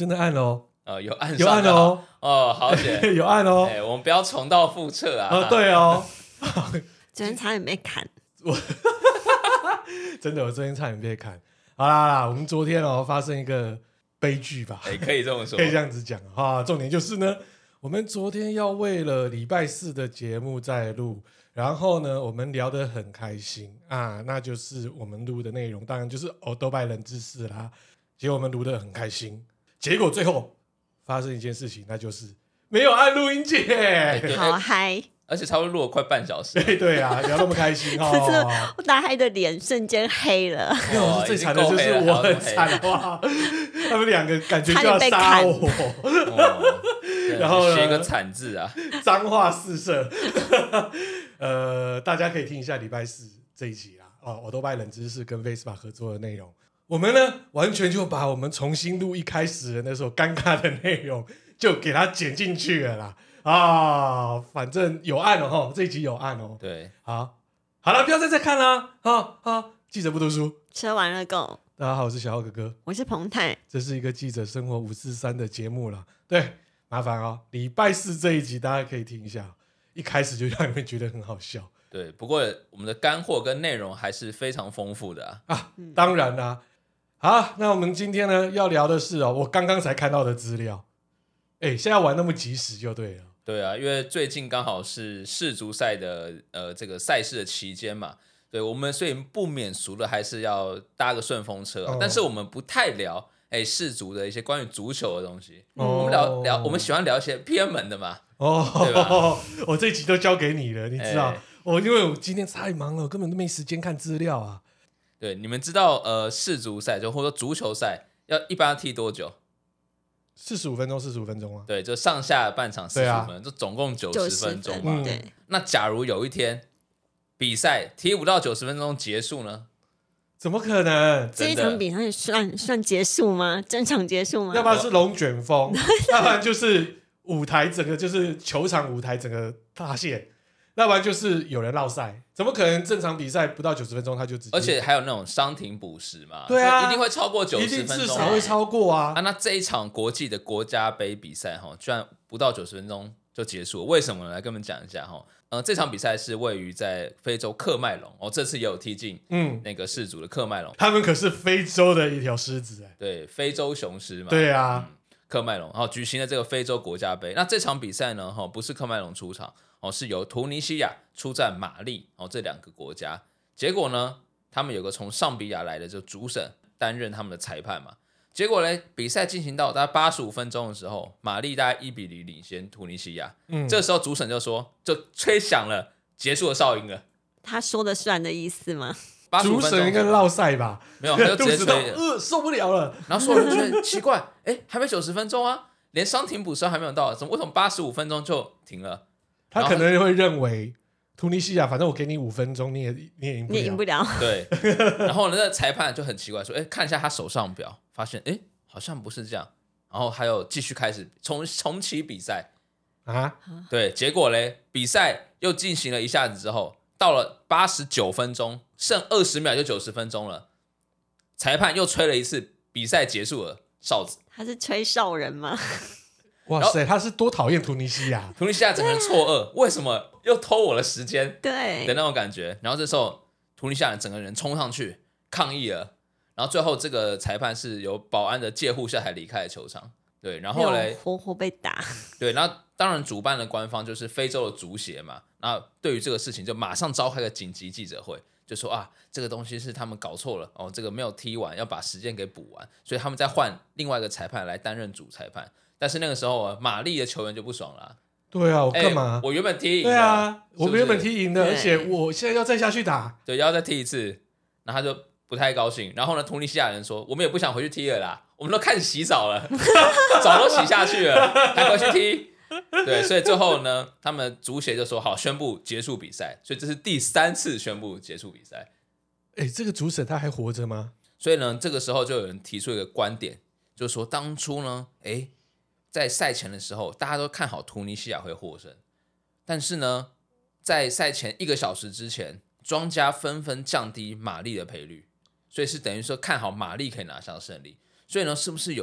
真的按哦， 有按有按哦，好险， 有按哦， 我们不要重蹈覆辙啊。 对哦， 昨天差点被砍， 真的，我昨天差点被砍。好啦，我们昨天发生一个悲剧吧， 可以这么说， 可以这样子讲哈。重点就是呢，我们昨天要为了礼拜四的节目在录，然后呢，我们聊得很开心啊，那就是我们录的内容，当然就是都拜冷知识啦。结果我们录得很开心，结果最后发生一件事情，那就是没有按录音键， 好嗨！ 而且差不多录了快半小时。 对啊，聊那么开心哦。 可是我大嗨的脸瞬间黑了。 没有，最惨的就是我很惨哇，他们两个感觉就要杀我，然后写一个惨字啊， 脏话四射。大家可以听一下礼拜四这一集啦，我都拜冷知识跟 Vespa 合作的内容。我们呢，完全就把我们重新录一开始的那首尴尬的内容，就给它剪进去了啦。反正有按哦，这一集有按哦。 对， 好了，不要再看啦。记者不读书， 吃完了够。 大家好，我是小浩哥哥， 我是彭泰， 这是一个记者生活543的节目了。对，麻烦礼拜四这一集大家可以听一下，一开始就让你们觉得很好笑。 对，不过我们的干货跟内容还是非常丰富的当然啦。好，那我们今天呢要聊的是我刚刚才看到的资料。现在玩那么及时就对了。 对啊，因为最近刚好是世足赛的这个赛事的期间嘛，对，我们所以不免俗的还是要搭个顺风车但是我们不太聊世足的一些关于足球的东西，我们聊我们喜欢聊一些偏门的嘛，对吧？ 我这一集都交给你了，你知道，因为我今天太忙了，我根本都没时间看资料啊。 对，你们知道世足赛就或者说足球赛一般要踢多久 ？45分钟啊。 对，就上下半场45分，就总共90分钟嘛。 对。 那假如有一天比赛踢不到90分钟结束呢？ 怎么可能？ 这一场比赛算结束吗？正常结束吗？ 要不然是龙卷风，要不然就是舞台整个就是球场舞台整个大限，要不然就是有人落赛。怎么可能正常比赛不到90分钟他就直接？ 而且还有那种伤停补时嘛， 对啊， 一定会超过90分钟， 一定至少会超过啊。 那这一场国际的国家杯比赛居然不到90分钟就结束了，为什么呢？来跟我们讲一下这场比赛是位于在非洲喀麦隆这次也有踢进那个世足的喀麦隆， 他们可是非洲的一条狮子对，非洲雄狮嘛， 对啊， 喀麦隆举行了这个非洲国家杯。那这场比赛呢不是喀麦隆出场是由突尼西亚出战马利这两个国家。结果呢，他们有个从上比亚来的就主审担任他们的裁判嘛。结果呢，比赛进行到大概85分钟的时候，马利大概1-0领先突尼西亚。这时候主审就吹响了结束的哨音了。 他说的算的意思吗？ 主审应该落赛吧？ 没有，他就直接吹了，受不了了。 然后所有人觉得奇怪，还没90分钟啊，连伤停补时还没有到，为什么85分钟就停了？ 他可能会认为突尼西亚，反正我给你5分钟，你也赢不了。 对，然后呢，那裁判就很奇怪说，看一下他手上表，发现好像不是这样，然后还有继续开始重启比赛啊。 对，结果嘞，比赛又进行了一下子之后，到了89分钟，剩20秒就90分钟了，裁判又吹了一次比赛结束了哨子。 他是吹哨人吗？ 哇塞，他是多讨厌突尼西亚！ 突尼西亚整个人错愕，为什么又偷我的时间？ 对的那种感觉。然后这时候突尼西亚整个人冲上去抗议了，然后最后这个裁判是由保安的戒护下才离开了球场。对，然后嘞， 活活被打。 对，然后当然主办的官方就是非洲的足协嘛，那对于这个事情就马上召开个紧急记者会，就说这个东西是他们搞错了这个没有踢完，要把时间给补完，所以他们再换另外一个裁判来担任主裁判。但是那个时候马利的球员就不爽了。 对啊，我干嘛？ 我原本踢赢的。 对啊，我原本踢赢的，而且我现在要再下去打。 对，要再踢一次，然后他就不太高兴。然后呢，突尼西亚人说：“我们也不想回去踢了啦，我们都开始洗澡了，澡都洗下去了，还回去踢。”对，所以最后呢，他们足协就说好，宣布结束比赛。所以这是第3次宣布结束比赛。 这个主审他还活着吗？ 所以呢，这个时候就有人提出一个观点，就是说当初呢，在赛前的时候，大家都看好突尼西亚会获胜，但是呢，在赛前1个小时之前，庄家纷纷降低马利的赔率，所以是等于说看好马利可以拿下胜利。所以呢，是不是有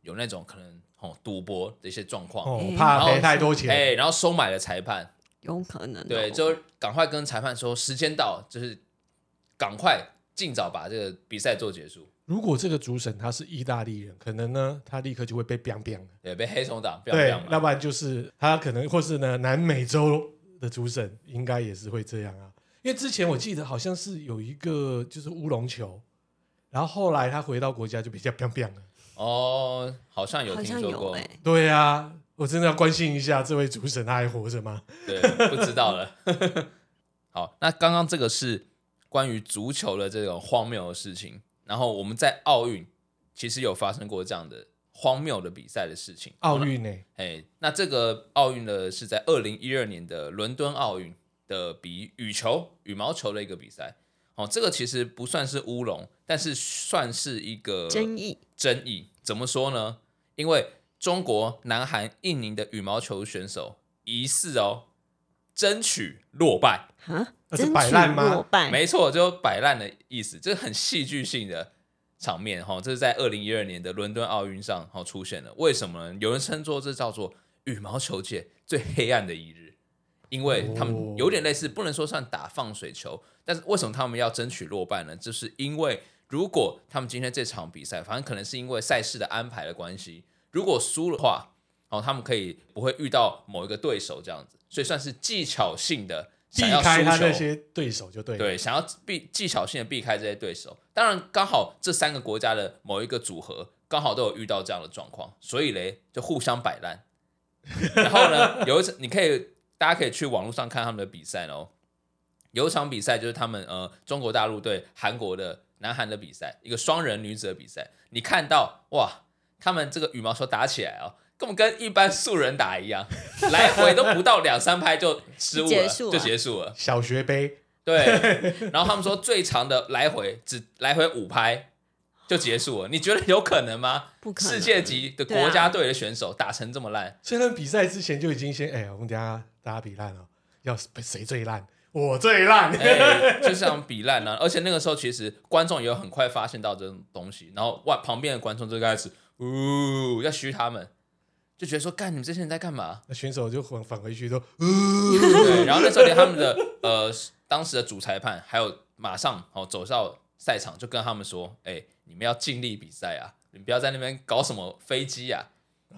有那种可能赌博的一些状况， 怕赔太多钱， 然后收买了裁判， 有可能对，就赶快跟裁判说时间到，就是赶快尽早把这个比赛做结束。 如果这个主审他是意大利人，可能呢他立刻就会被 biang biang 了， 对，被黑手党 biang 对， biang 要不然就是他可能或是呢南美洲的主审应该也是会这样啊。因为之前我记得好像是有一个就是乌龙球，然后后来他回到国家就比较 biang biang 了。 哦，好像有听说过， 对啊，我真的要关心一下这位主审他还活着吗？ 对，不知道了。好，那刚刚这个是关于足球的这种荒谬的事情，然后我们在奥运其实有发生过这样的荒谬的比赛的事情。 奥运呢？ 那这个奥运呢是在2012年的伦敦奥运的比羽毛球的一个比赛。这个其实不算是乌龙，但是算是一个争议。怎么说呢？因为中国、南韩、印尼的羽毛球选手疑似争取落败。 那是摆烂吗？ 没错，就摆烂的意思，这是很戏剧性的场面。这是在2012年的伦敦奥运上出现了。为什么呢？有人称作这叫做羽毛球界最黑暗的一日，因为他们有点类似，不能说算打放水球，但是为什么他们要争取落败呢？就是因为如果他们今天这场比赛，反正可能是因为赛事的安排的关系，如果输的话，他们可以不会遇到某一个对手这样子，所以算是技巧性的想要输球， 避开他那些对手就对了。 对，想要技巧性的避开这些对手。当然，刚好这3个国家的某一个组合刚好都有遇到这样的状况，所以嘞就互相摆烂。然后呢，大家可以去网络上看他们的比赛哦。有一场比赛就是他们中国大陆对南韩的比赛，一个双人女子的比赛。你看到哇，他们这个羽毛球打起来根本跟一般素人打一样，来回都不到2-3拍就失误了，就结束了。 小学杯。 对，然后他们说最长的来回只来回5拍就结束了。你觉得有可能吗？ 不可能， 世界级的国家队的选手打成这么烂， 所以他们比赛之前就已经先我们等一下大家比烂了，要谁最烂？我最烂， 就想比烂啊！而且那个时候其实观众也有很快发现到这种东西，然后旁边的观众就开始要嘘他们，就觉得说干你们这些人在干嘛？ 那选手就返回去都对，然后那时候连他们的当时的主裁判还有马上走到赛场就跟他们说，你们要尽力比赛啊，你们不要在那边搞什么飞机啊。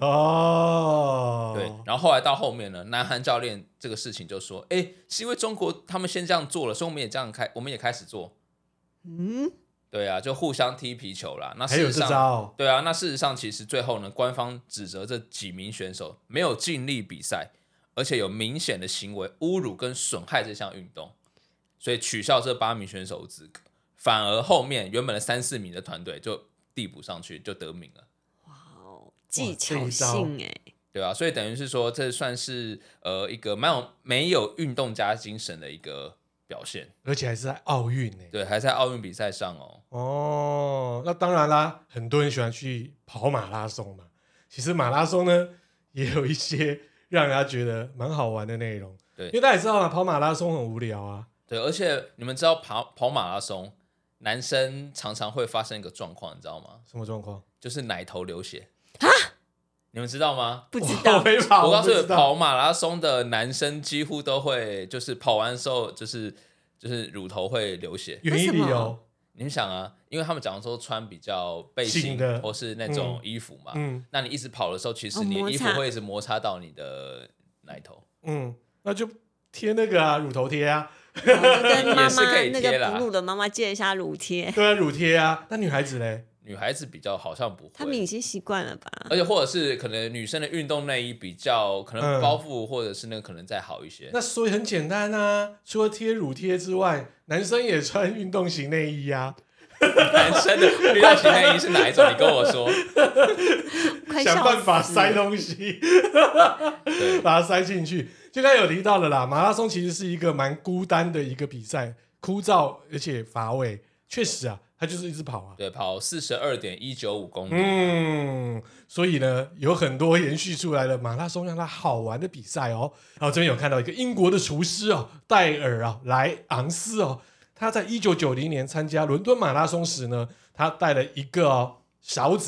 对，然后后来到后面呢，南韩教练这个事情就说，是因为中国他们先这样做了，所以我们也开始做。对啊，就互相踢皮球啦。那事实上， 还有这招对啊，那事实上其实最后呢，官方指责这几名选手没有尽力比赛，而且有明显的行为侮辱跟损害这项运动，所以取消这8名选手的资格，反而后面原本的3-4名的团队就递补上去，就得名了。 技巧性对啊，所以等于是说，这算是一个没有运动家精神的一个表现， 而且还是在奥运对，还在奥运比赛上那当然啦，很多人喜欢去跑马拉松嘛。其实马拉松呢，也有一些让人家觉得蛮好玩的内容。 对， 因为大家也知道嘛，跑马拉松很无聊啊。 对，而且你们知道跑马拉松，男生常常会发生一个状况，你知道吗？ 什么状况？ 就是奶头流血。你们知道吗？ 不知道。 我告诉你，跑马拉松的男生几乎都会，就是跑完之后，就是乳头会流血。 原因理由？ 你们想啊，因为他们讲说穿比较背心或是那种衣服嘛，那你一直跑的时候，其实你的衣服会一直摩擦到你的奶头。 那就贴那个乳头贴啊。 跟妈也是可以妈贴啦， 那个哺乳的妈妈借一下乳贴。 对啊，乳贴啊。那女孩子嘞？ 女孩子比较好像不会， 他们已经习惯了吧？ 而且或者是可能女生的运动内衣比较可能包覆，或者是那个可能再好一些。 那所以很简单啊，除了贴乳贴之外，男生也穿运动型内衣啊。 男生的运动型内衣是哪一种？你跟我说。 想办法塞东西，把它塞进去。就刚才有提到了啦，马拉松其实是一个蛮孤单的一个比赛，枯燥而且乏味。确实啊，他就是一直跑啊， 对，跑42.195公里。 所以呢，有很多延续出来的马拉松让它好玩的比赛哦。然后这边有看到一个英国的厨师戴尔莱昂斯他在1990年参加伦敦马拉松时呢，他带了一个勺子，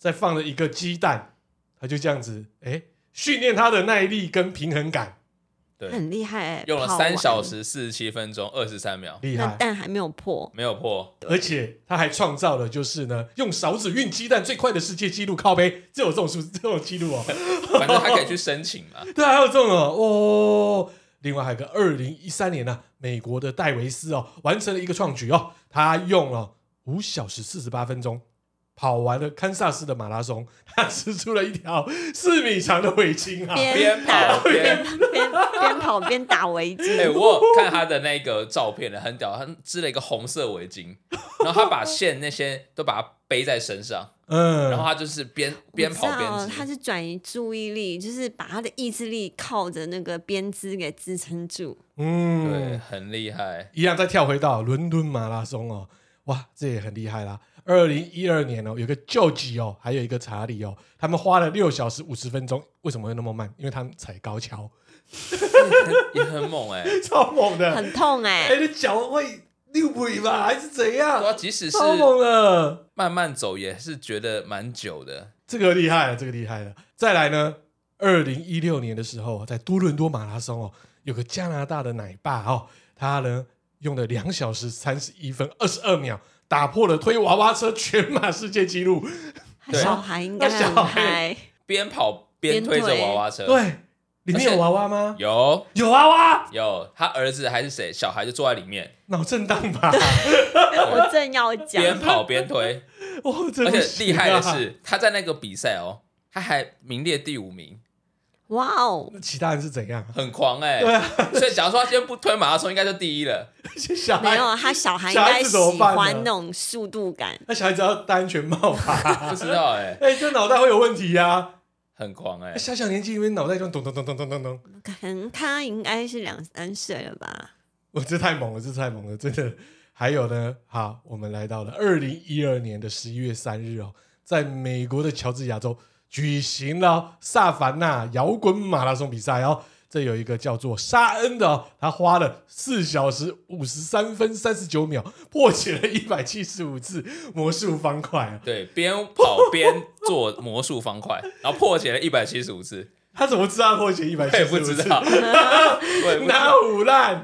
再放了一个鸡蛋，他就这样子训练他的耐力跟平衡感。 对， 很厉害用了跑完 3小时47分钟23秒， 厉害。 那蛋还没有破， 没有破。 而且他还创造了就是呢，用勺子运鸡蛋最快的世界纪录，靠背，这种记录哦。 反正他可以去申请嘛。 对啊，还有这种哦。另外还有个2013年呢，美国的戴维斯完成了一个创举他用了5小时48分钟跑完了堪萨斯的马拉松，他织出了一条4米长的围巾啊， 边跑边跑边打围巾。 我有看他的那个照片了，很屌，他织了一个红色围巾，然后他把线那些都把它背在身上，然后他就是边跑边织。 他是转移注意力，就是把他的意志力靠着那个编织给支撑住。 对，很厉害。 一样再跳回到伦敦马拉松哇，这也很厉害啦。2012年有个救急还有一个查理他们花了6小时50分钟，为什么会那么慢？因为他们踩高跷， 也很猛超猛的， 很痛你脚会溜腿吧，还是怎样？ 对啊，即使是超猛的， 慢慢走也是觉得蛮久的。 这个厉害了，这个厉害了。再来呢，2016年的时候，在多伦多马拉松有个加拿大的奶爸他呢用了2小时31分22秒。打破了推娃娃车全马世界纪录， 小孩应该很嗨， 边跑边推着娃娃车。 对，里面有娃娃吗？ 有娃娃， 有他儿子还是谁，小孩就坐在里面， 脑震荡吧？ 我正要讲， 边跑边推， 而且厉害的是，他在那个比赛他还名列第5名。 哇哦！ 其他人是怎样？ 很狂对啊， 所以假如说他今天不推马拉松，应该就第一了。 没有，他小孩应该喜欢那种速度感。 那小孩子要戴安全帽吧？ 不知道这脑袋会有问题呀！ 很狂小年纪因为脑袋就咚咚咚咚咚咚咚。 可能他应该是2-3岁了吧？ 这太猛了，真的。还有呢，好，我们来到了2012年的11月3日在美国的乔治亚州举行了萨凡纳摇滚马拉松比赛这有一个叫做沙恩的他花了4小时53分39秒破解了175次魔术方块对，边跑边做魔术方块，然后破解了175次。 他怎么知道破解175次？ 我也不知道， 哪唬烂？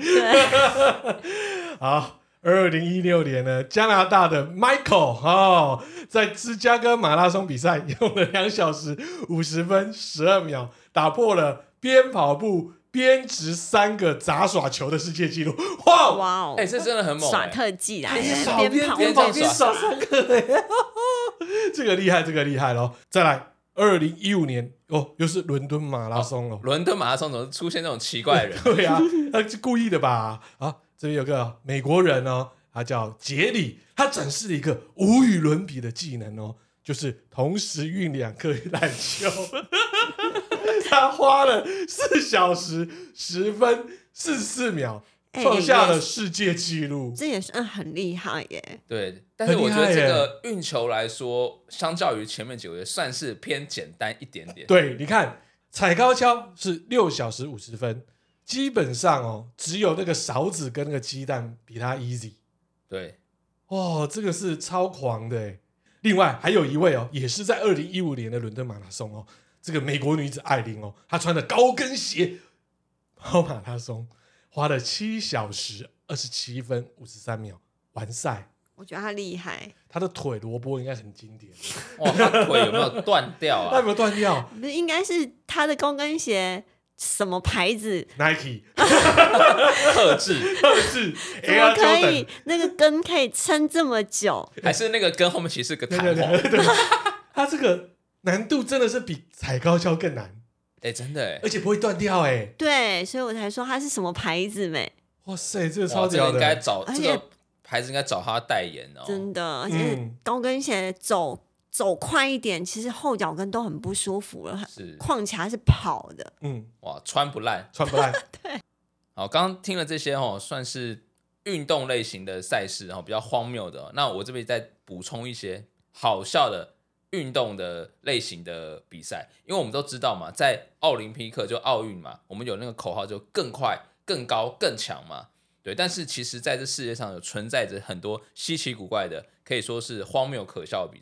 好。2016年呢，加拿大的 Michael 在芝加哥马拉松比赛用了2小时50分12秒，打破了边跑步边掷3个杂耍球的世界纪录。哇哦！ 这真的很猛， 耍特技啦， 边跑边耍3个，这个厉害咯。再来，2015年又是伦敦马拉松了。 伦敦马拉松怎么出现这种奇怪的人？ 对啊，他是故意的吧？这边有个美国人他叫杰里，他展示了一个无与伦比的技能就是同时运2颗篮球。他花了4小时10分44秒，创下了世界纪录。 这也算很厉害耶。 对，但是我觉得这个运球来说，相较于前面几个月，算是偏简单一点点。 对，你看踩高跷是6小时50分。基本上只有那个勺子跟那个鸡蛋比它 easy。 对， 这个是超狂的。另外还有一位也是在2015年的伦敦马拉松这个美国女子艾琳她穿的高跟鞋跑马拉松，花了7小时27分53秒完赛。 我觉得她厉害， 她的腿萝卜应该很经典。 哇，她腿有没有断掉啊？ 她有没有断掉？ 不是，应该是她的高跟鞋。什么牌子 ？Nike 特制， 怎么可以那个跟可以撑这么久？ 还是那个跟后面其实是个弹簧？ 对，它这个难度真的是比踩高跷更难。 真的而且不会断掉对，所以我才说它是什么牌子没？ 哇塞，这个超屌的， 应该找这个牌子应该找他代言真的，而且高跟鞋走快一点，其实后脚跟都很不舒服了，况且还是跑的。 哇，穿不烂。 对。 好，刚刚听了这些算是运动类型的赛事比较荒谬的。那我这边再补充一些好笑的运动的类型的比赛，因为我们都知道嘛，在奥林匹克就奥运嘛，我们有那个口号就更快、更高、更强嘛。对，但是其实在这世界上有存在着很多稀奇古怪的，可以说是荒谬可笑的比赛。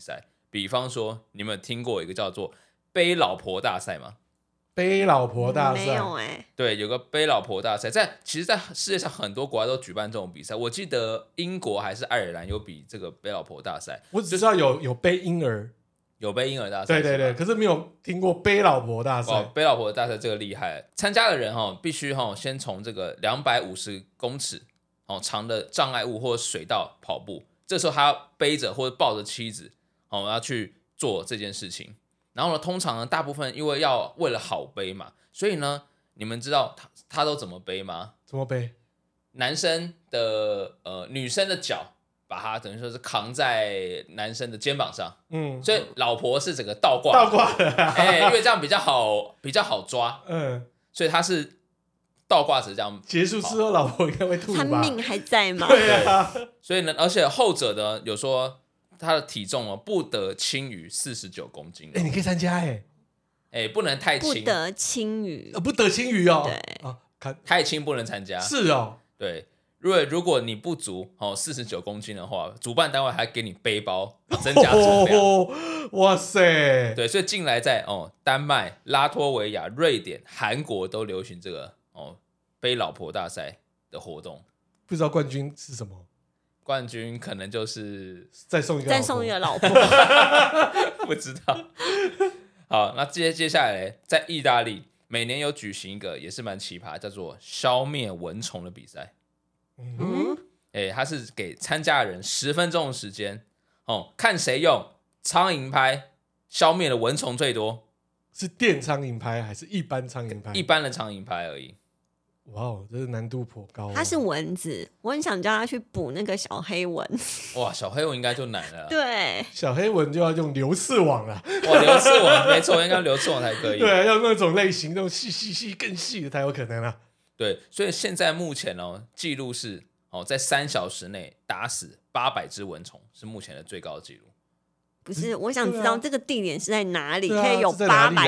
比方说，你们有听过一个叫做背老婆大赛吗？ 背老婆大赛没有对，有个背老婆大赛，其实，在世界上很多国家都举办这种比赛。我记得英国还是爱尔兰有比这个背老婆大赛， 我只知道有背婴儿， 有背婴儿大赛， 对，可是没有听过背老婆大赛。 背老婆大赛这个厉害，参加的人必须先从这个250公尺长的障碍物或者水道跑步，这时候他要背着或者抱着妻子要去做这件事情。然后呢，通常呢，大部分因为为了好背嘛，所以呢，你们知道他都怎么背吗？ 怎么背？ 男生的女生的脚，把它等于说是扛在男生的肩膀上，所以老婆是整个倒挂的， 因为这样比较好抓，所以他是倒挂着这样。 结束之后，老婆应该会吐吧？ 他命还在吗？ 对啊， 所以呢，而且后者呢有说他的体重不得轻于49公斤。 你可以参加不能太轻， 不得轻于， 不得轻于哦。 对， 太轻不能参加。 是哦， 对。如果你不足49公斤的话，主办单位还给你背包增加重量。 哇塞！ 对，所以近来在丹麦、拉脱维亚、瑞典、韩国都流行这个背老婆大赛的活动。 不知道冠军是什么？ 冠军可能就是再送一个老婆。 不知道。好，那接下来在意大利每年有举行一个也是蛮奇葩，叫做消灭蚊虫的比赛。它是给参加的人10分钟的时间看谁用苍蝇拍消灭的蚊虫最多。 是电苍蝇拍还是一般苍蝇拍？ 一般的苍蝇拍而已。 哇哦，这是难度颇高。 它是蚊子，我很想叫他去捕那个小黑蚊。 哇，小黑蚊应该就难了。 对， 小黑蚊就要用流刺网了。 哇，流刺网没错，应该流刺网才可以。 对，要那种类型，那种细更细的才有可能啊。 对，所以现在目前记录是在3小时内打死800只蚊虫，是目前的最高纪录。 不是，我想知道这个地点是在哪里， 可以有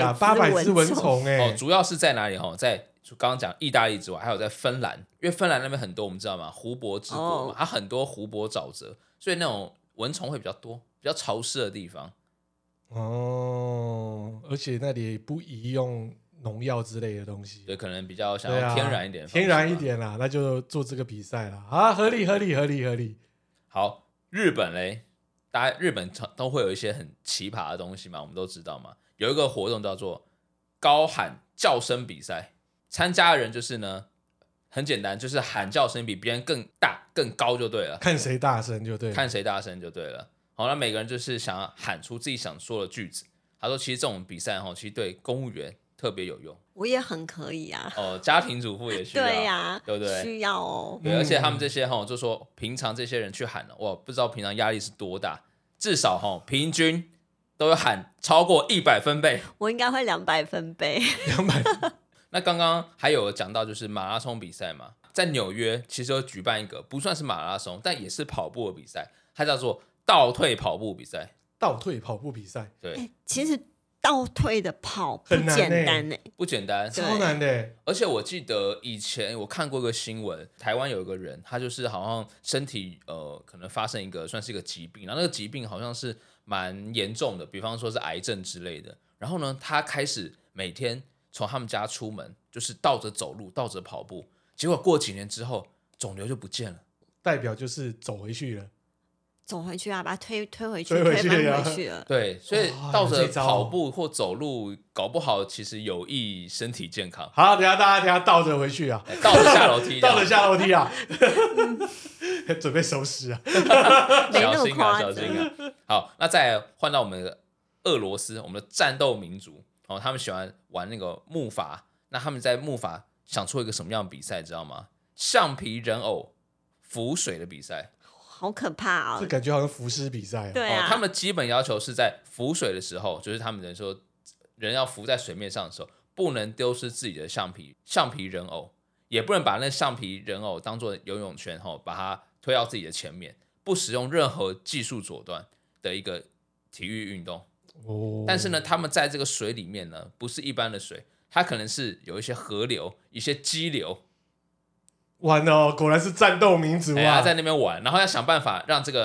800只蚊虫主要是在哪里在刚刚讲意大利之外，还有在芬兰，因为芬兰那边很多我们知道吗？湖泊之国嘛，它很多湖泊沼泽，所以那种蚊虫会比较多，比较潮湿的地方。 而且那里不宜用农药之类的东西， 对，可能比较想要天然一点， 天然一点啦，那就做这个比赛啦。啊，合理。 好，日本嘞，大家日本都会有一些很奇葩的东西嘛，我们都知道嘛。有一个活动叫做高喊叫声比赛，参加的人就是呢，很简单，就是喊叫声比别人更大更高就对了， 看谁大声就对了。好，那每个人就是想要喊出自己想说的句子。他说，其实这种比赛其实对公务员特别有用。 我也很可以啊。 家庭主妇也需要， 对呀， 对不对？ 需要哦。 对，而且他们这些就说平常这些人去喊哇，不知道平常压力是多大，至少平均都有喊超过100分贝。 我应该会200分贝。 200。 那刚刚还有讲到就是马拉松比赛嘛，在纽约其实有举办一个不算是马拉松，但也是跑步的比赛，它叫做倒退跑步比赛。 对， 其实倒退的跑不简单不简单， 超难的。 而且我记得以前我看过一个新闻，台湾有一个人，他就是好像身体可能发生算是一个疾病，然后那个疾病好像是蛮严重的，比方说是癌症之类的。然后呢，他开始每天从他们家出门就是倒着走路，倒着跑步，结果过几年之后肿瘤就不见了， 代表就是走回去了。 走回去啊，把它推回去，推翻回去了。 对，所以倒着跑步或走路，搞不好其实有益身体健康。 好，大家倒着回去啊， 倒着下楼梯， 啊，准备收拾啊， 小心啊。好，那再换到我们的俄罗斯，我们的战斗民族他们喜欢玩那个木筏，那他们在木筏想出一个什么样的比赛，知道吗？橡皮人偶浮水的比赛。 好可怕这感觉好像浮尸比赛。 对啊， 他们的基本要求是在浮水的时候，就是他们人要浮在水面上的时候，不能丢失自己的橡皮人偶，也不能把那橡皮人偶当作游泳圈把它推到自己的前面，不使用任何技术手段的一个体育运动。但是呢，他们在这个水里面呢，不是一般的水，它可能是有一些河流、一些激流。 完了，果然是战斗民族啊！ 在那边玩，然后要想办法让这个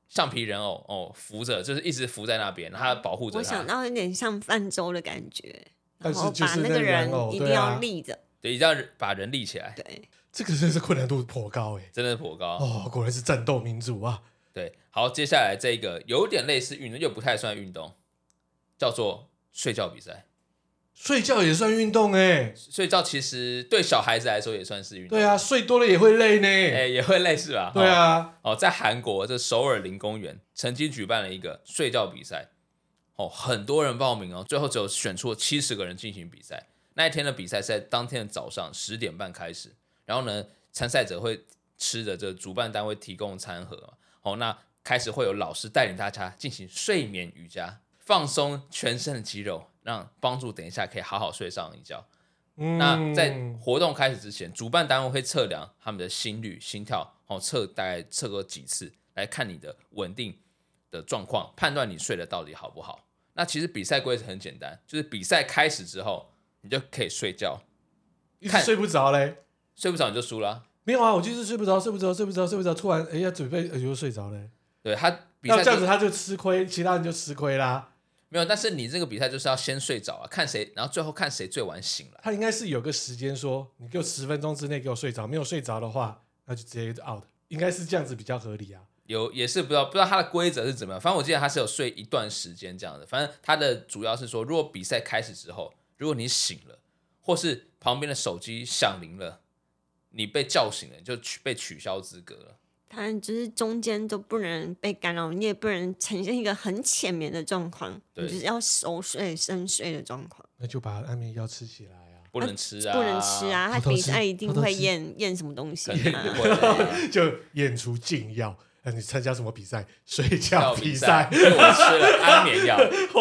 橡皮人偶扶着，就是一直扶在那边，然后他保护着他。 我想到有点像泛舟的感觉， 但是就然后把那个人一定要立着， 对，一定要把人立起来。 对， 这个真是困难度颇高真的是颇高哦，果然是战斗民族啊。 对，好，接下来这个有点类似运动，又不太算运动，叫做睡觉比赛。 睡觉也算运动睡觉其实对小孩子来说也算是运动。 对啊，睡多了也会累呢。 也会累是吧？ 对啊。 在韩国这首尔林公园曾经举办了一个睡觉比赛。很多人报名最后只有选出了70个人进行比赛。那一天的比赛是在当天的早上10点半开始，然后呢，参赛者会吃的这主办单位提供餐盒。那开始会有老师带领大家进行睡眠瑜伽，放松全身的肌肉，帮助等一下可以好好睡上一觉。那在活动开始之前，主办单位会测量他们的心率、心跳，大概测过几次，来看你的稳定的状况，判断你睡得到底好不好。那其实比赛规则很简单，就是比赛开始之后，你就可以睡觉。 睡不着嘞？ 睡不着你就输了。 没有啊，我就是睡不着，突然要准备就睡着了。 对，他比赛那这样子他就吃亏，其他人就吃亏啦。 没有，但是你这个比赛就是要先睡着看谁，然后最后看谁最晚醒了。 他应该是有个时间说，你给我10分钟之内给我睡着，没有睡着的话，那就直接 out。应该是这样子比较合理啊。 也是不知道他的规则是怎么样，反正我记得他是有睡一段时间这样的。反正他的主要是说，如果比赛开始之后，如果你醒了，或是旁边的手机响铃了，你被叫醒了，你就被取消资格了。 当然，就是中间都不能被干扰，你也不能呈现一个很浅眠的状况，你就是要熟睡、深睡的状况。 那就把安眠药吃起来啊！ 不能吃啊！ 不能吃啊！他比赛一定会验什么东西嘛？ 就验出禁药。你参加什么比赛？睡觉比赛。 所以我吃了安眠药。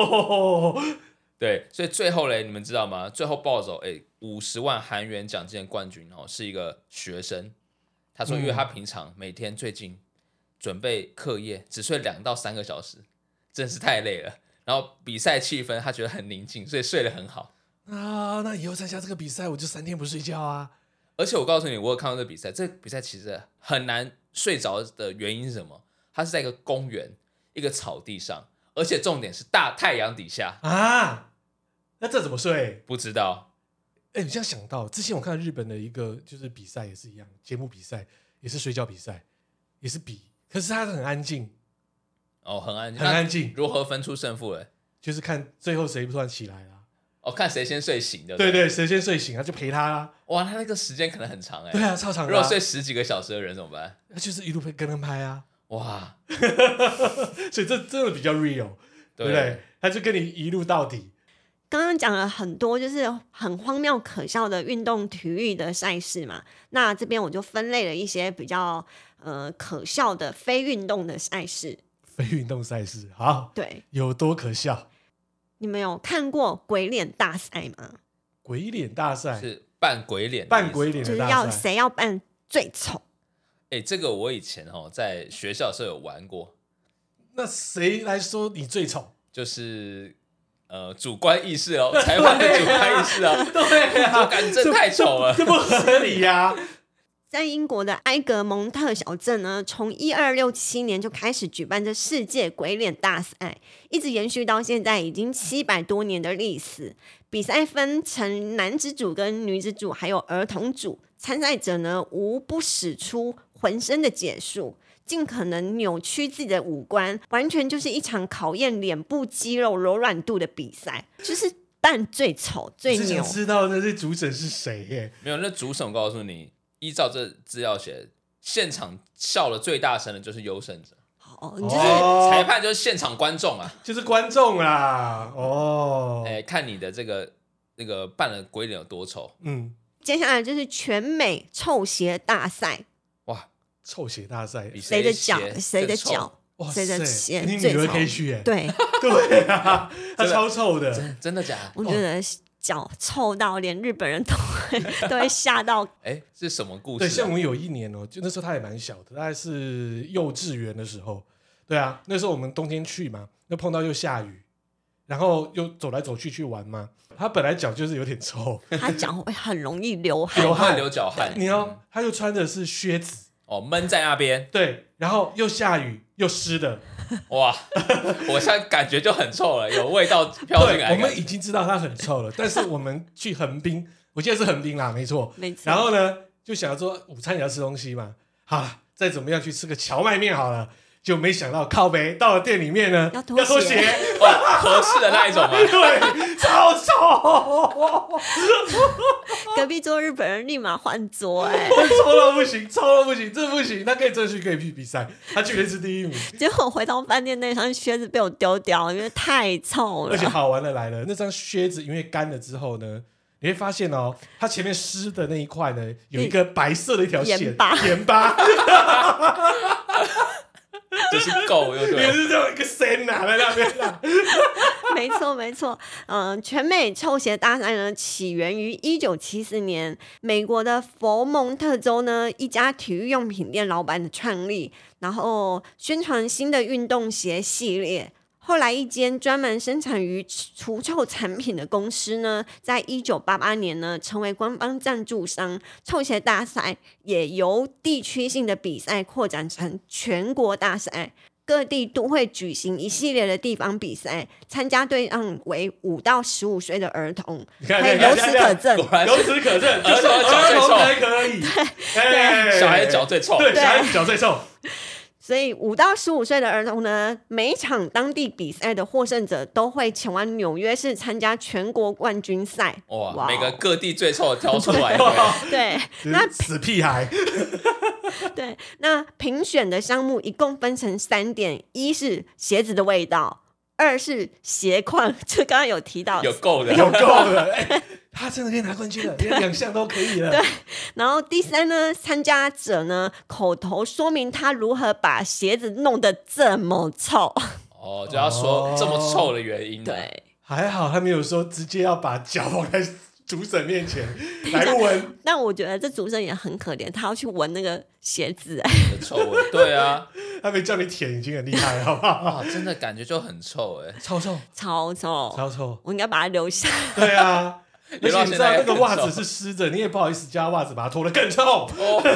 对，所以最后嘞，你们知道吗？最后抱走50万韩元奖金的冠军是一个学生。他说，因为他平常每天最近准备课业只睡2到3个小时，真是太累了。然后比赛气氛他觉得很宁静，所以睡得很好啊。那以后参加这个比赛，我就3天不睡觉啊。 而且我告诉你，我有看到这个比赛，这个比赛其实很难睡着的原因是什么？它是在一个公园、一个草地上，而且重点是大太阳底下啊。那这怎么睡？ 不知道。 你这样想到之前我看日本的一个就是比赛也是一样，节目比赛也是睡觉比赛，也是比，可是它很安静。 很安静， 很安静。 如何分出胜负了？ 就是看最后谁突然起来了。 看谁先睡醒的。 对，谁先睡醒，他就陪他啦。 哇，他那个时间可能很长对啊，超长的。 如果睡10几个小时的人怎么办？ 那就是一路跟人拍啊。 哇， 所以这真的比较 real， 对不对？他就跟你一路到底。 刚刚讲了很多就是很荒谬可笑的运动体育的赛事嘛，那这边我就分类了一些比较可笑的非运动的赛事。 非运动赛事，好， 对， 有多可笑？ 你们有看过鬼脸大赛吗？ 鬼脸大赛是扮鬼脸， 扮鬼脸的大赛， 就是要谁要扮最丑。 这个我以前在学校是有玩过。 那谁来说你最丑？ 就是主观意识裁判的主观意识对啊， 我感觉这太丑了， 这不合理呀。 在英国的埃格蒙特小镇呢，从1267年就开始举办这世界鬼脸大赛，一直延续到现在，已经700多年的历史。比赛分成男子组跟女子组，还有儿童组。参赛者呢，无不使出浑身的解数，尽可能扭曲自己的五官，完全就是一场考验脸部肌肉柔软度的比赛，就是扮最丑最牛。 我想知道那些主审是谁耶？ 没有，那主审我告诉你，依照这资料写，现场笑的最大声的就是优胜者。 就是裁判就是现场观众啊， 就是观众啦。 看你的那个扮的鬼脸有多丑。 接下来就是全美臭鞋大赛。 哇， 臭鞋大赛， 谁的脚谁的脚谁的鞋最臭？ 你女儿可以去耶。 对对啊，他超臭的。 真的假的？ 我觉得脚臭到连日本人都会吓到。 是什么故事？ 对，像我们有一年就那时候他也蛮小的，大概是幼稚园的时候。对啊，那时候我们冬天去嘛，又碰到又下雨，然后又走来走去玩嘛。他本来脚就是有点臭， 他脚会很容易流汗， 流脚汗。 他又穿的是靴子， 闷在那边， 对，然后又下雨又湿的， 哇，我现在感觉就很臭了，有味道飘进来。 对，我们已经知道它很臭了，但是我们去横滨，我记得是横滨啦，没错。 没错。 然后呢，就想说午餐也要吃东西嘛，好了，再怎么样去吃个荞麦面好了。就没想到靠北到了店里面呢， 要脱鞋， 合适的那一种吗？ 对，超臭。 隔壁桌日本人立马换桌， 臭到不行，臭到不行，这不行，他可以去比赛，他去年是第1名。 结果回到饭店那双靴子被我丢掉，因为太臭了。 而且好玩的来了，那双靴子因为干了之后呢，你会发现哦，它前面湿的那一块呢，有一个白色的一条线，盐巴。 就是够，对不对？ 也是这样一个线啊，在那边啦。 没错，没错。全美臭鞋大赛呢，起源于1974年，美国的佛蒙特州呢一家体育用品店老板的创立，然后宣传新的运动鞋系列。后来，一间专门生产于除臭产品的公司呢，在1988年呢，成为官方赞助商。臭鞋大赛也由地区性的比赛扩展成全国大赛，各地都会举行一系列的地方比赛，参加对象为5到15岁的儿童。 你看， 由此可证， 由此可证，就是儿童才可以， 对，小孩脚最臭， 对，小孩脚最臭。 所以5到15岁的儿童呢，每一场当地比赛的获胜者都会前往纽约市参加全国冠军赛。 哇，每个各地最臭的挑出来。 对，那死屁孩。 对，那评选的项目一共分成3点：一是鞋子的味道，2是鞋况，这刚刚有提到， 有够的， 有够的。他真的可以拿冠军了，连2项都可以了。 对，然后第3呢，参加者呢口头说明他如何把鞋子弄得这么臭。 就要说这么臭的原因。 对， 还好他没有说直接要把脚放在主审面前来闻。 但我觉得这主审也很可怜，他要去闻那个鞋子， 的臭味。对啊， 他没叫你舔已经很厉害了，好不好？ 真的感觉就很臭哎， 超臭， 超臭， 超臭。 我应该把它留下。 对啊。而且你知道那个袜子是湿的，你也不好意思加袜子把它脱得更臭。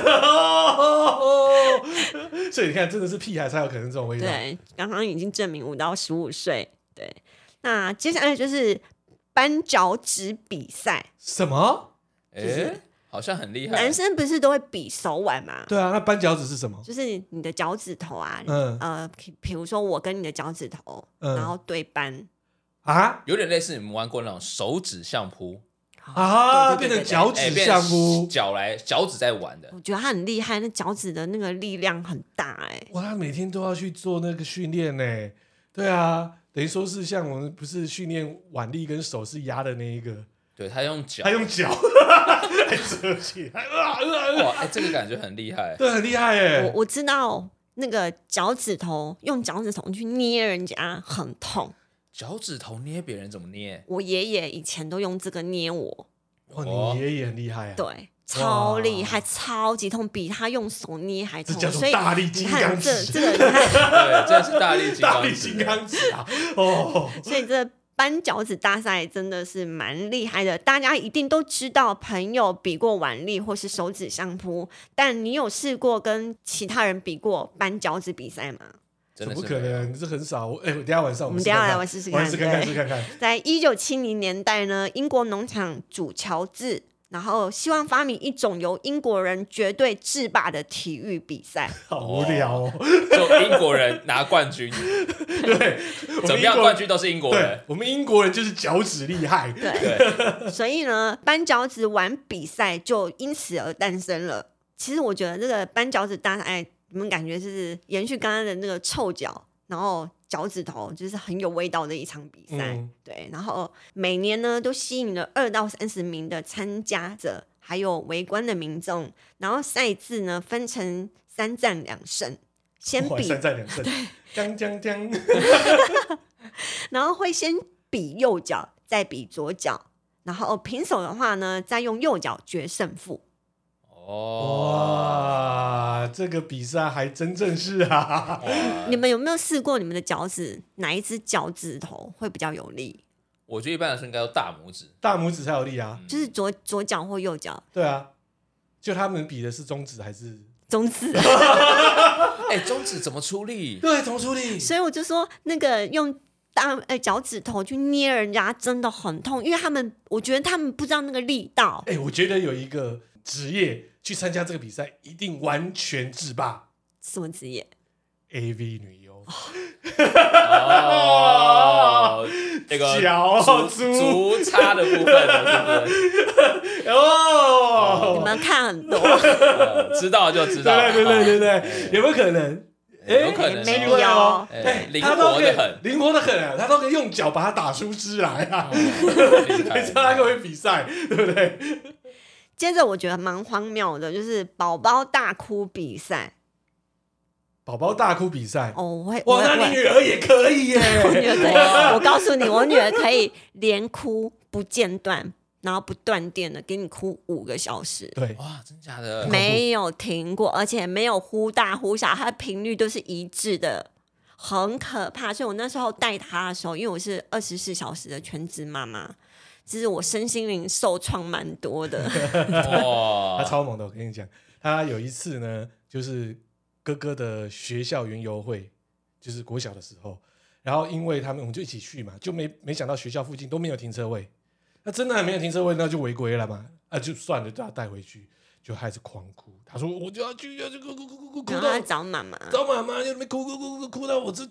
所以你看，真的是屁孩才有可能这种味道。 对，刚刚已经证明5到15岁。对，那接下来就是搬脚趾比赛。 什么？ 好像很厉害。 男生不是都会比手腕吗？ 对啊，那搬脚趾是什么？ 就是你的脚趾头啊，比如说我跟你的脚趾头，然后对搬。 啊， 有点类似你们玩过那种手指相扑啊，变成脚趾相扑， 脚趾在玩的。 我觉得他很厉害，那脚趾的那个力量很大哇，他每天都要去做那个训练呢。对啊，等于说是像我们不是训练腕力跟手是压的那一个， 对他用脚来折起来， 哇，这个感觉很厉害， 对，很厉害耶。 我知道那个脚趾头用脚趾头去捏人家很痛。 脚趾头捏别人怎么捏？ 我爷爷以前都用这个捏我。 哇，你爷爷很厉害啊！ 对，超厉害，超级痛，比他用手捏还痛。 这叫做大力金刚指。 这个你看， 对，这是大力金刚指啊！ 所以这搬脚趾大赛真的是蛮厉害的，大家一定都知道，朋友比过腕力或是手指相扑，但你有试过跟其他人比过搬脚趾比赛吗？ 怎么可能？这很少。我等一下晚上我们等一下来玩试试看。 试看看。 在1970年代呢，英国农场主乔治，然后希望发明一种由英国人绝对制霸的体育比赛。 好无聊哦！ 就英国人拿冠军， 对， 怎么样冠军都是英国人。 我们英国人就是脚趾厉害。 对，所以呢，搬脚趾玩比赛就因此而诞生了。其实我觉得这个搬脚趾大赛，你们感觉就是延续刚刚的那个臭脚，然后脚趾头，就是很有味道的一场比赛。对，然后每年呢都吸引了2到30名的参加者，还有围观的民众。然后赛制呢分成3战2胜，先比 3战2胜，将。 然后会先比右脚，再比左脚，然后平手的话呢，再用右脚决胜负。 哇，这个比赛还真正是啊！ 你们有没有试过你们的脚趾哪一只脚趾头会比较有力？ 我觉得一般来说应该用大拇指， 大拇指才有力啊， 就是左脚或右脚。 对啊，就他们比的是中指还是中指。 中指怎么出力？ 对，怎么处理？ 所以我就说，那个用脚趾头去捏人家真的很痛，因为我觉得他们不知道那个力道。 我觉得有一个职业去参加这个比赛，一定完全制霸。 什么职业 ？AV 女优。 那个脚足叉的部分了，是不是？ 你们看很多， 知道就知道。 对，有没有可能？ 有可能没有灵活的很， 灵活的很啊！他都可以用脚把它打出汁来啊！你知道他可不可以比赛，对不对？ 接着我觉得蛮荒谬的，就是宝宝大哭比赛。 宝宝大哭比赛哇， 那你女儿也可以耶！ 我女儿可以，我告诉你，我女儿可以连哭不间断，然后不断电的给你哭5个小时。 对， 哇，真假的？ 没有停过，而且没有忽大忽小，它的频率都是一致的，很可怕。所以我那时候带她的时候，因为我是24小时的全职妈妈，其实我身心灵受创蛮多的。 哇， 他超猛的，我跟你讲，他有一次呢，就是哥哥的学校园游会，就是国小的时候，然后因为我们就一起去嘛，就没想到学校附近都没有停车位，那真的还没有停车位，那就违规了嘛，就算了，就把他带回去，就开始狂哭。他说我就要去，哭然后他找妈妈， 就那边哭到我这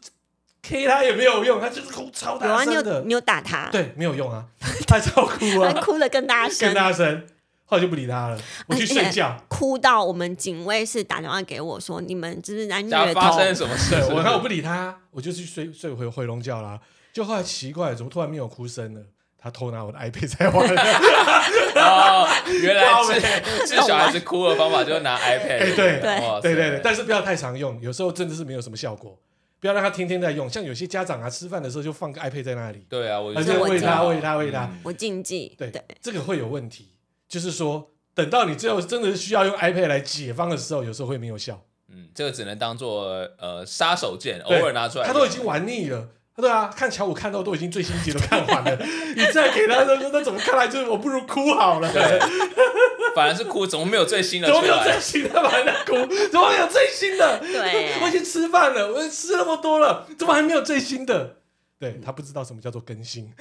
K 他也没有用，他就是哭超大声的。 你有打他？ 对，没有用啊，他超哭啊， 他哭得更大声， 后来就不理他了，我去睡觉， 哭到我们警卫室打电话给我说：“你们是不是在虐童？” 发生什么事？ 我不理他，我就去睡回笼觉啦。就后来奇怪，怎么突然没有哭声了？他偷拿我的 iPad 在玩。 原来治小孩子哭的方法就是拿 iPad。 对，但是不要太常用，有时候真的是没有什么效果。不要让他天天在用，像有些家长啊，吃饭的时候就放个 iPad 在那里。 对啊， 我就喂他。 我禁忌。 对，这个会有问题。就是说，等到你最后真的是需要用 iPad 来解方的时候，有时候会没有效。 这个只能当做杀手锏，偶尔拿出来。 他都已经玩腻了，对啊，看乔五看到都已经最新集都看完了，你再给他那怎么看来就是我不如哭好了。 反而是哭，怎么没有最新的出来？ 怎么没有最新的？反而在哭，怎么没有最新的？ 对， 我已经吃饭了，我吃那么多了，怎么还没有最新的？对，他不知道什么叫做更新。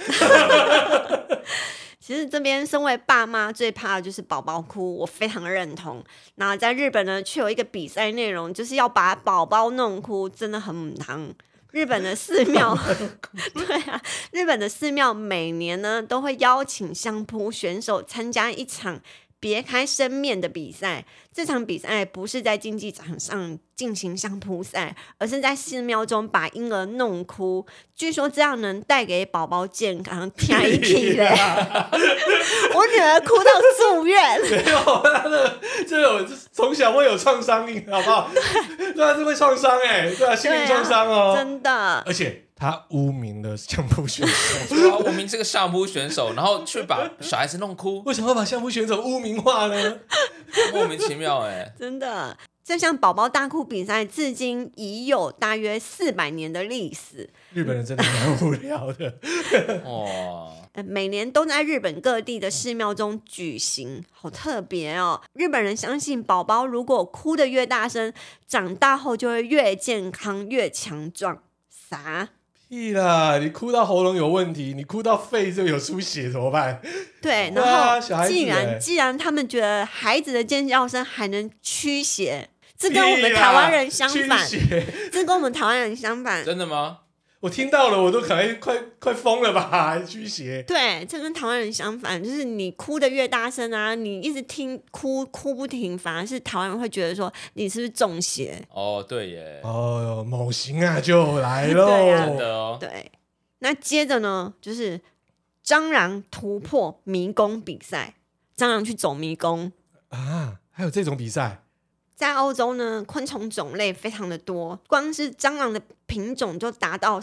其实这边身为爸妈最怕的就是宝宝哭，我非常认同。那在日本呢，却有一个比赛内容，就是要把宝宝弄哭，真的很母汤。日本的寺庙，对啊，日本的寺庙每年呢都会邀请相扑选手参加一场别开生面的比赛。这场比赛不是在竞技场上进行相扑赛，而是在寺庙中把婴儿弄哭。据说这样能带给宝宝健康，天一屁嘞！我女儿哭到住院。 没有，这个从小会有创伤，好不好？对啊，这会创伤对啊，心灵创伤哦， 真的。 而且他污名了相扑选手， 对啊，污名这个相扑选手，然后去把小孩子弄哭， 为什么要把相扑选手污名化呢？ 莫名其妙真的。这项宝宝大哭比赛至今已有大约400年的历史。 日本人真的蛮无聊的。 每年都在日本各地的寺庙中举行，好特别哦。日本人相信宝宝如果哭得越大声，长大后就会越健康越强壮。啥？ 屁啦！你哭到喉咙有问题，你哭到肺就有出血怎么办？ 对，然后既然他们觉得孩子的尖叫声还能驱邪，这跟我们台湾人相反。这跟我们台湾人相反。 真的吗？ 我听到了，我都可能快疯了吧，还驱邪。 对，这跟台湾人相反，就是你哭得越大声啊，你一直哭不停，反而是台湾人会觉得说你是不是中邪？ 对耶。 某型啊就来喽。 对啊， 真的哦。 对，那接着呢，就是蟑螂突破迷宫比赛，蟑螂去走迷宫啊，还有这种比赛？ 在欧洲呢，昆虫种类非常的多，光是蟑螂的品种就达到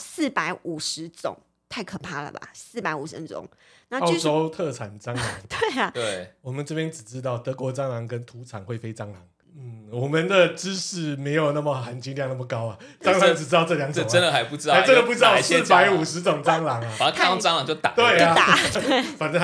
450种，太可怕了吧？450种。那澳洲特产蟑螂。 对啊， 对， 我们这边只知道德国蟑螂跟土产会飞蟑螂。我们的知识没有那么含金量那么高啊，蟑螂只知道这2种， 这真的还不知道， 还真的不知道450种蟑螂啊。 反正看到蟑螂就打， 对啊， 打， 反正他就是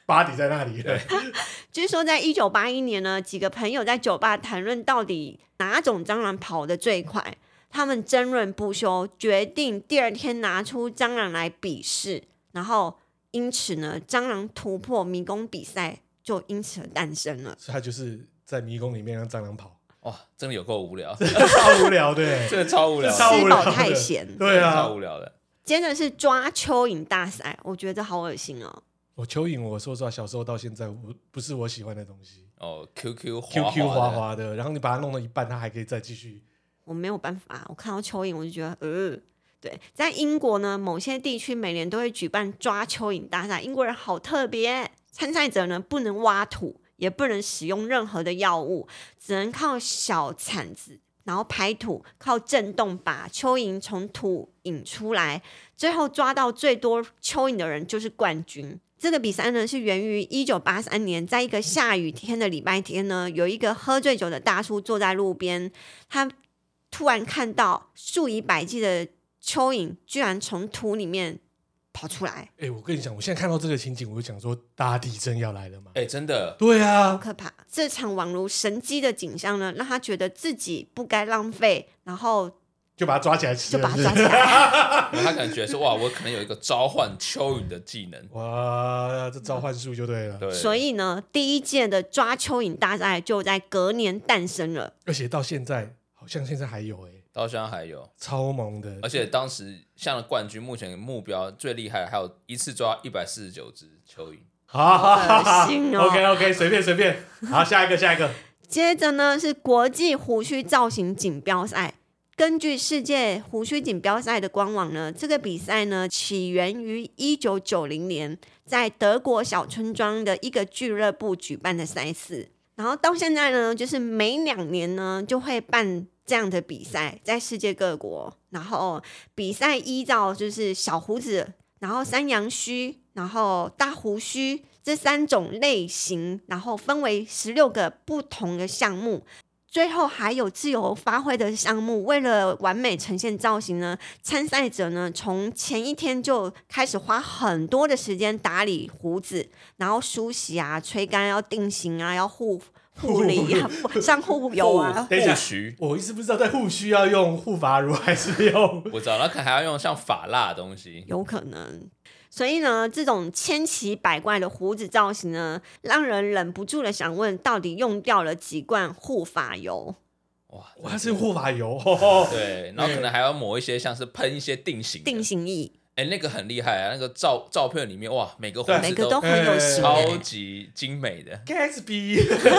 body 在那里。对， 据说在1981年呢，几个朋友在酒吧谈论到底哪种蟑螂跑得最快，他们争论不休，决定第二天拿出蟑螂来比试，然后因此呢，蟑螂突破迷宫比赛就因此而诞生了。 所以他就是在迷宫里面让蟑螂跑， 哇，真的有够无聊， 超无聊的， 真的超无聊的， 吃饱超无聊的太闲。 对啊， 超无聊的。 接着是抓蚯蚓大赛，我觉得好恶心哦。 我蚯蚓，我说实话，小时候到现在，不是我喜欢的东西。 哦 ，QQ QQ 滑滑的，然后你把它弄到一半，它还可以再继续。 我没有办法，我看到蚯蚓我就觉得对，在英国呢，某些地区每年都会举办抓蚯蚓大赛。英国人好特别，参赛者呢不能挖土，也不能使用任何的药物，只能靠小铲子，然后拍土，靠震动把蚯蚓从土引出来，最后抓到最多蚯蚓的人就是冠军。这个比赛呢是源于1983年，在一个下雨天的礼拜天呢，有一个喝醉酒的大叔坐在路边，他突然看到数以百计的蚯蚓居然从土里面跑出来。 我跟你讲，我现在看到这个情景，我就想说，大地震要来了吗？ 真的， 对啊， 好可怕！这场宛如神迹的景象呢，让他觉得自己不该浪费，然后就把它抓起来吃了， 就把它抓起来。 他可能觉得说，哇，我可能有一个召唤蚯蚓的技能。 哇，这召唤术就对了。 对， 所以呢，第一届的抓蚯蚓大赛就在隔年诞生了。 而且到现在，好像现在还有到现在还有超猛的。 而且当时像冠军，目前目标最厉害，还有一次抓149只蚯蚓。 好恶心哦 OK， 随便。好，下一个。 接着呢是国际胡须造型锦标赛。根据世界胡须锦标赛的官网呢，这个比赛呢起源于1990年，在德国小村庄的一个俱乐部举办的赛事。然后到现在呢，就是每2年呢就会办这样的比赛，在世界各国。然后比赛依照就是小胡子，然后山羊须，然后大胡须这3种类型，然后分为16个不同的项目。最后还有自由发挥的项目。为了完美呈现造型呢，参赛者呢从前一天就开始花很多的时间打理胡子，然后梳洗啊、吹干，要定型啊，要护理啊、上护油啊。 护须， 我一直不知道在护须要用护发乳还是用我知道，那可能还要用像发蜡的东西， 有可能。所以呢，这种千奇百怪的胡子造型呢，让人忍不住的想问，到底用掉了几罐护发油？ 哇， 它是护发油。 对，然后可能还要抹一些像是喷一些定型液。那个很厉害啊！那个照片里面，哇，每个胡子都很有型， 超级精美的。 Gatsby，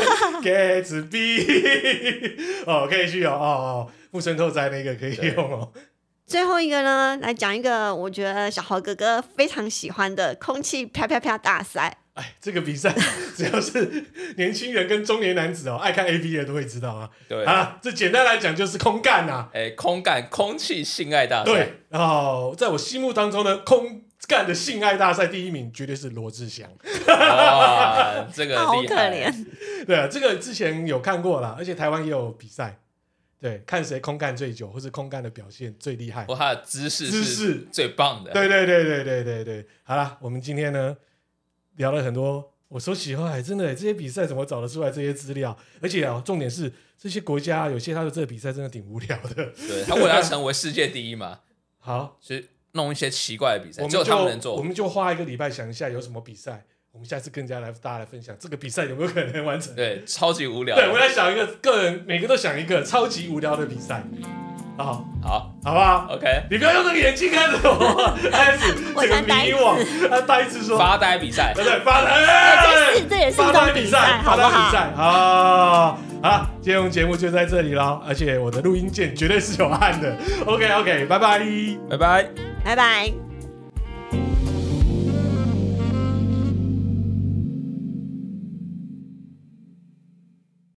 可以去木村拓哉那个可以用哦。 最后一个呢，来讲一个我觉得小豪哥哥非常喜欢的空气啪啪啪大赛。 这个比赛只要是年轻人跟中年男子爱看 AV 的都会知道啊。 对啊，这简单来讲就是空干啊。 空气性爱大赛。 对，在我心目当中呢，空干的性爱大赛第1名绝对是罗志祥。 哇，这个厉害， 好可怜。 对啊，这个之前有看过啦，而且台湾也有比赛。对，看谁空干最久，或是空干的表现最厉害， 或他的姿势是最棒的。 对。好啦，我们今天呢聊了很多，我说奇怪，真的这些比赛怎么找得出来这些资料？而且重点是这些国家有些他的这个比赛真的挺无聊的。 对，他为了要成为世界第一嘛， 好， 所以弄一些奇怪的比赛，只有他们能做。 我们就花1个礼拜想一下有什么比赛。我们下次跟大家来分享这个比赛有没有可能完成？ 对，超级无聊。 对，我来想一个，个人每个都想一个超级无聊的比赛。好不好 ？OK， 你不要用那个眼睛看着我，开始这个迷惘，他呆子说发呆比赛， 对，发呆， 这也是一种比赛，好不好？ 好，今天我们节目就在这里了，而且我的录音键绝对是有按的。OK， 拜拜， 拜拜， 拜拜。